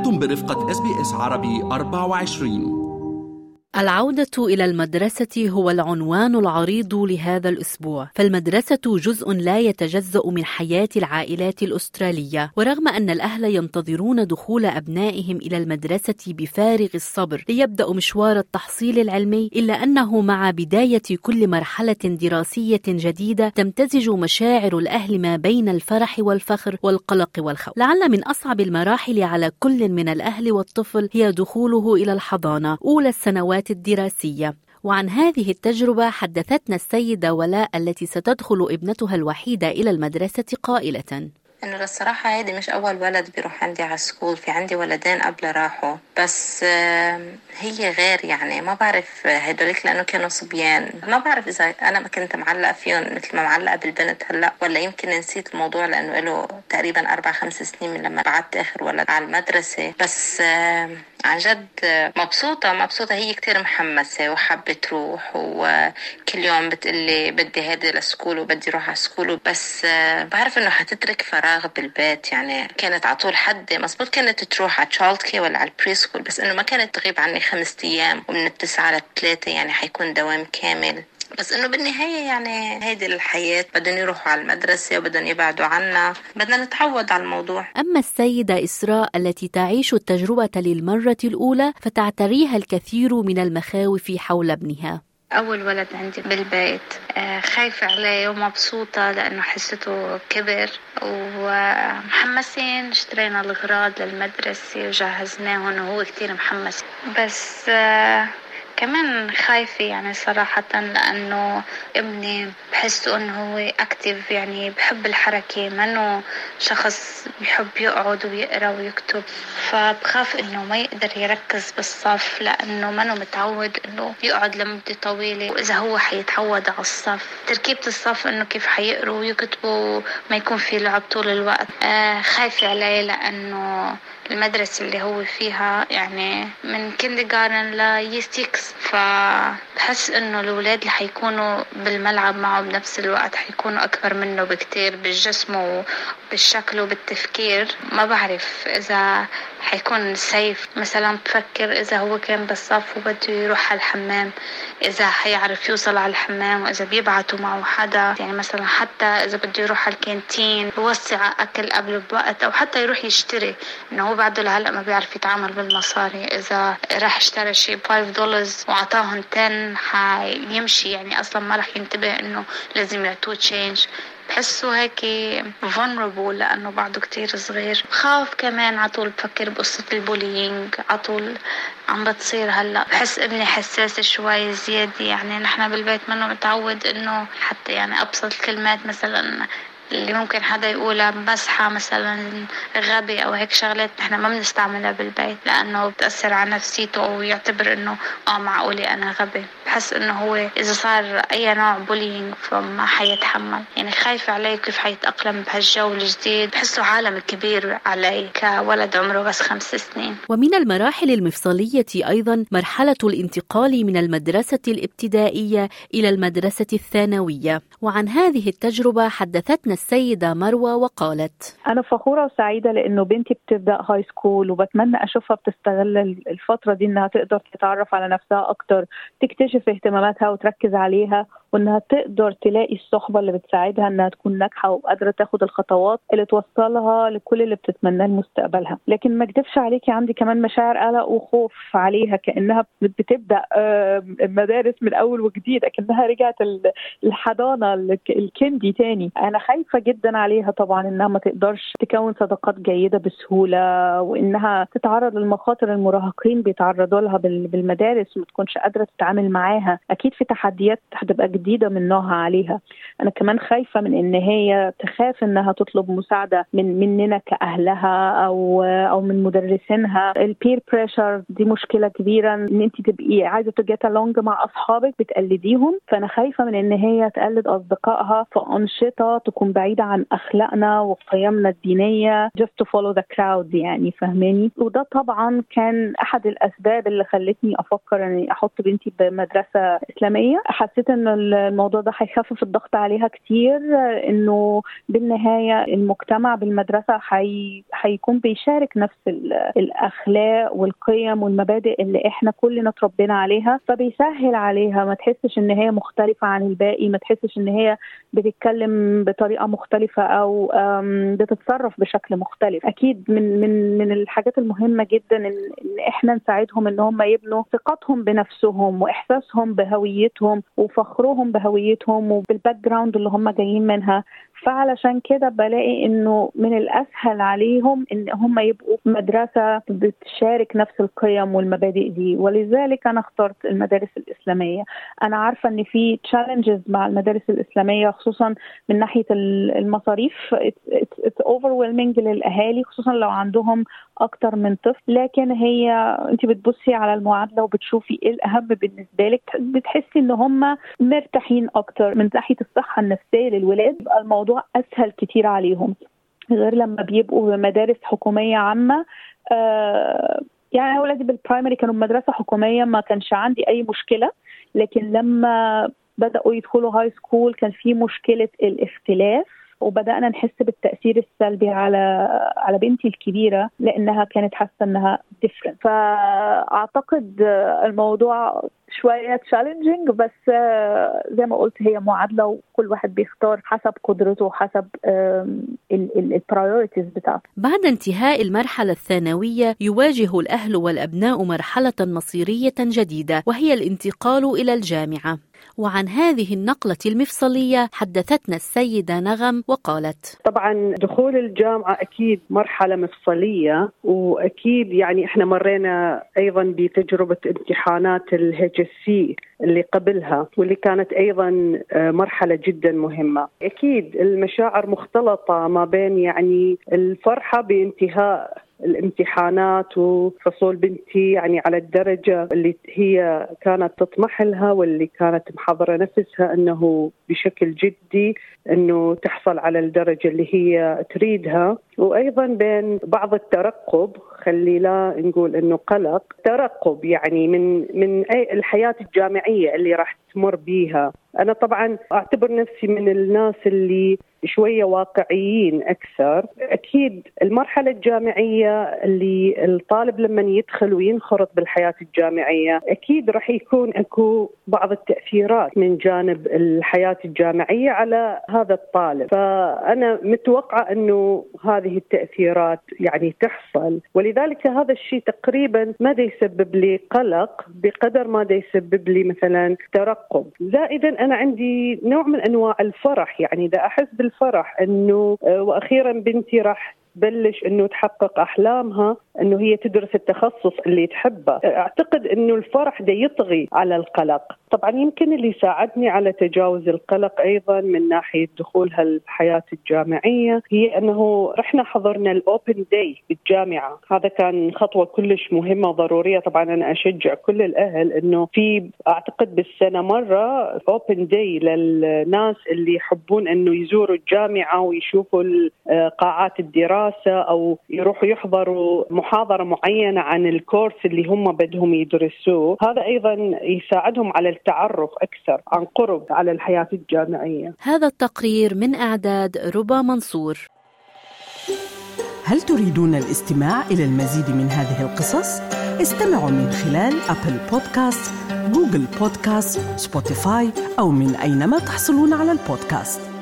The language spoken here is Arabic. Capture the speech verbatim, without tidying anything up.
أنتم برفقة إس بي إس عربي أربعة وعشرين. العودة إلى المدرسة هو العنوان العريض لهذا الأسبوع، فالمدرسة جزء لا يتجزأ من حياة العائلات الأسترالية، ورغم أن الأهل ينتظرون دخول أبنائهم إلى المدرسة بفارغ الصبر ليبدأوا مشوار التحصيل العلمي، إلا أنه مع بداية كل مرحلة دراسية جديدة تمتزج مشاعر الأهل ما بين الفرح والفخر والقلق والخوف. لعل من أصعب المراحل على كل من الأهل والطفل هي دخوله إلى الحضانة أولى السنوات الدراسية، وعن هذه التجربة حدثتنا السيدة ولاء التي ستدخل ابنتها الوحيدة إلى المدرسة قائلة: إنه الصراحة هيدي مش أول ولد بيروح عندي على السكول، في عندي ولدين قبل راحوا، بس هي غير يعني ما بعرف هيدوليك لأنه كانوا صبيان، ما بعرف إذا أنا ما كنت معلقة فيهم مثل ما معلقة بالبنت هلأ، ولا يمكن نسيت الموضوع لأنه له تقريبا أربع خمس سنين من لما بعت آخر ولد على المدرسة. بس عن جد مبسوطة مبسوطة هي كتير محمسة وحابة تروح، وكل يوم بتقلي بدي هادي لسكول وبدي روح على سكول، بس بعرف إنه حتترك فراغ بالبيت. يعني كانت على طول حد مزبوط كانت تروح على تشايلد كي ولا على البري سكول، بس إنه ما كانت تغيب عني خمسة أيام ومن التسعة للثلاثة، يعني حيكون دوام كامل. بس إنه بالنهاية يعني هيدي الحياة، بدهم يروحوا على المدرسة وبدهم يبعدوا عنا، بدنا نتعود على الموضوع. أما السيدة إسراء التي تعيش التجربة للمرة الأولى فتعتريها الكثير من المخاوف حول ابنها. أول ولد عندي بالبيت، خايفة عليه ومبسوطة لأنه حسيته كبر، ومحمسين اشترينا الأغراض للمدرسة وجهزناهن وهو كتير محمس، بس كمان خايفة يعني صراحة لأنه ابني بحسه أنه هو أكتيف، يعني بحب الحركة، منه شخص بيحب يقعد ويقرأ ويكتب، فبخاف أنه ما يقدر يركز بالصف لأنه منه متعود أنه يقعد لمدة طويلة، وإذا هو حيتعود على الصف تركيبة الصف أنه كيف حيقروا ويكتبوا ما يكون في لعب طول الوقت. آه خايفة عليه لأنه المدرسة اللي هو فيها يعني من كيندرغارتن ليستيكس، فبحس إنه الأولاد اللي حيكونوا بالملعب معه بنفس الوقت حيكونوا أكبر منه بكتير بالجسم وبالشكل وبالتفكير. ما بعرف إذا حيكون سيف، مثلا بفكر إذا هو كان بالصف وبده يروح على الحمام إذا حيعرف يوصل على الحمام، وإذا بيبعتوا معه حدا، يعني مثلا حتى إذا بده يروح على الكانتين يوسع أكل قبل بوقت، أو حتى يروح يشتري، إنه هو بعده لهلأ ما بيعرف يتعامل بالمصاري، إذا راح اشترى شيء خمسة دولار وعطاهم عشرة حيمشي، يعني أصلا ما راح ينتبه إنه لازم يعطوه تشينج. بحسه هيك vulnerable لأنه بعده كتير صغير. خاف كمان عطول بفكر بقصة البولينج عطول عم بتصير هلأ. بحس ابني حساس شوي زيادة، يعني نحن بالبيت منه متعود إنه حتى يعني أبسط الكلمات مثلا اللي ممكن حدا يقولها مسحة مثلا غبي أو هيك شغلات نحن ما بنستعملها بالبيت لأنه بتأثر على نفسيته أو يعتبر إنه آه معقولي أنا غبي. بحس إنه هو إذا صار أي نوع بولينج فما حيتحمل، يعني خايف عليه كيف حيتأقلم بهالجو الجديد. بحسه عالم كبير علي كولد عمره بس خمس سنين. ومن المراحل المفصلية أيضا مرحلة الانتقال من المدرسة الابتدائية إلى المدرسة الثانوية، وعن هذه التجربة حدثتنا السيدة مروة وقالت: أنا فخورة وسعيدة لأنه بنتي بتبدأ هاي سكول، وبتمنى أشوفها بتستغل الفترة دي إنها تقدر تتعرف على نفسها أكتر، تكتشف اهتماماتها وتركز عليها، وإنها تقدر تلاقي الصحبة اللي بتساعدها إنها تكون ناجحة وقادرة تاخد الخطوات اللي توصلها لكل اللي بتتمناه لمستقبلها. لكن ما اكدبش عليكي عندي كمان مشاعر قلق وخوف عليها، كأنها بتبدأ مدارس من أول وجديد، كأنها رجعت الحضانة الكندي تاني. أنا خايفة جدا عليها طبعا إنها ما تقدرش تكون صداقات جيدة بسهولة، وإنها تتعرض للمخاطر المراهقين بيتعرضوا لها بالمدارس وما تكونش قادرة تتعامل معاها. أكيد في تحديات هتبقى جديدة من نوعها عليها. أنا كمان خايفة من إن هي تخاف إنها تطلب مساعدة من مننا كأهلها أو أو من مدرسينها. البير بريشر دي مشكلة كبيرة، إن أنت تبقي عايزة تجيت along مع أصحابك بتقلديهم، فأنا خايفة من إن هي تقلد أصدقائها في أنشطة تكون بعيدة عن أخلاقنا وقيمنا الدينية just to follow the crowd، يعني فهماني. وده طبعا كان أحد الأسباب اللي خلتني أفكر إني أحط بنتي بمدرسة إسلامية. حسيت إن الموضوع ده هيخفف الضغط عليها كتير، إنه بالنهاية المجتمع بالمدرسة حي... هيكون بيشارك نفس الأخلاق والقيم والمبادئ اللي إحنا كلنا تربينا عليها، فبيسهل عليها ما تحسش إن هي مختلفة عن الباقي، ما تحسش إن هي بتتكلم بطريقة مختلفة أو بتتصرف بشكل مختلف. أكيد من من من الحاجات المهمة جدا إن, إن إحنا نساعدهم إن هم يبنوا ثقتهم بنفسهم وإحساسهم بهويتهم وفخرهم بهويتهم وبالباك جراوند اللي هم جايين منها. فعلشان كده بلاقي إنه من الأسهل عليهم إن هم يبقوا مدرسة بتشارك نفس القيم والمبادئ دي، ولذلك أنا اخترت المدارس الإسلامية. أنا عارفة إن في challenges مع المدارس الإسلامية خصوصا من ناحية المصاريف، it's, it's, it's overwhelming للأهالي خصوصا لو عندهم أكتر من طفل، لكن هي أنت بتبصي على المعادلة وبتشوفي إيه الأهم بالنسبة لك، بتحسي إن هم مرتاحين أكتر من ناحية الصحة النفسية للولاد، يبقى الموضوع أسهل كتير عليهم غير لما بيبقوا بمدارس حكومية عامة. آه يعني أولادي بالبرايمري كانوا بمدرسة حكومية ما كانش عندي أي مشكلة، لكن لما بدأوا يدخلوا هاي سكول كان في مشكلة الاختلاف، وبدأنا نحس بالتأثير السلبي على على بنتي الكبيرة لأنها كانت حاسة أنها different. فأعتقد الموضوع شوية challenging، بس زي ما قلت هي معادلة وكل واحد بيختار حسب قدرته وحسب ال priorities بتاعته. بعد انتهاء المرحلة الثانوية يواجه الأهل والأبناء مرحلة مصيرية جديدة وهي الانتقال إلى الجامعة. وعن هذه النقلة المفصلية حدثتنا السيدة نغم وقالت: طبعا دخول الجامعة أكيد مرحلة مفصلية، وأكيد يعني إحنا مرينا أيضا بتجربة امتحانات ال إتش إس سي اللي قبلها واللي كانت أيضا مرحلة جدا مهمة. أكيد المشاعر مختلطة ما بين يعني الفرحة بانتهاء الامتحانات وحصول بنتي يعني على الدرجة اللي هي كانت تطمح لها واللي كانت محضرة نفسها أنه بشكل جدي أنه تحصل على الدرجة اللي هي تريدها، وأيضا بين بعض الترقب، خلي لا نقول أنه قلق، ترقب يعني من من الحياة الجامعية اللي راح تمر بيها. أنا طبعا أعتبر نفسي من الناس اللي شوية واقعيين أكثر. أكيد المرحلة الجامعية اللي الطالب لما يدخل وينخرط بالحياة الجامعية أكيد راح يكون أكو بعض التأثيرات من جانب الحياة الجامعية على هذا الطالب، فأنا متوقعة أنه هذه التأثيرات يعني تحصل، ولذلك هذا الشيء تقريبا ما دا يسبب لي قلق بقدر ما دا يسبب لي مثلا ترقب. زائدا أنا عندي نوع من أنواع الفرح، يعني دا أحس بالفرح أنه وأخيرا بنتي راح تبلش أنه تحقق أحلامها أنه هي تدرس التخصص اللي تحبه. أعتقد أنه الفرح ده يطغي على القلق. طبعا يمكن اللي ساعدني على تجاوز القلق أيضا من ناحية دخولها الحياة الجامعية هي أنه رحنا حضرنا الأوبن داي بالجامعة. هذا كان خطوة كلش مهمة وضرورية. طبعا أنا أشجع كل الأهل أنه في أعتقد بالسنة مرة أوبن داي للناس اللي يحبون أنه يزوروا الجامعة ويشوفوا قاعات الدراسة أو يروحوا يحضروا محاضرة معينة عن الكورس اللي هم بدهم يدرسوه. هذا أيضا يساعدهم على التعرف أكثر عن قرب على الحياة الجامعية. هذا التقرير من إعداد ربا منصور. هل تريدون الاستماع إلى المزيد من هذه القصص؟ استمعوا من خلال أبل بودكاست، جوجل بودكاست، سبوتيفاي أو من أينما تحصلون على البودكاست.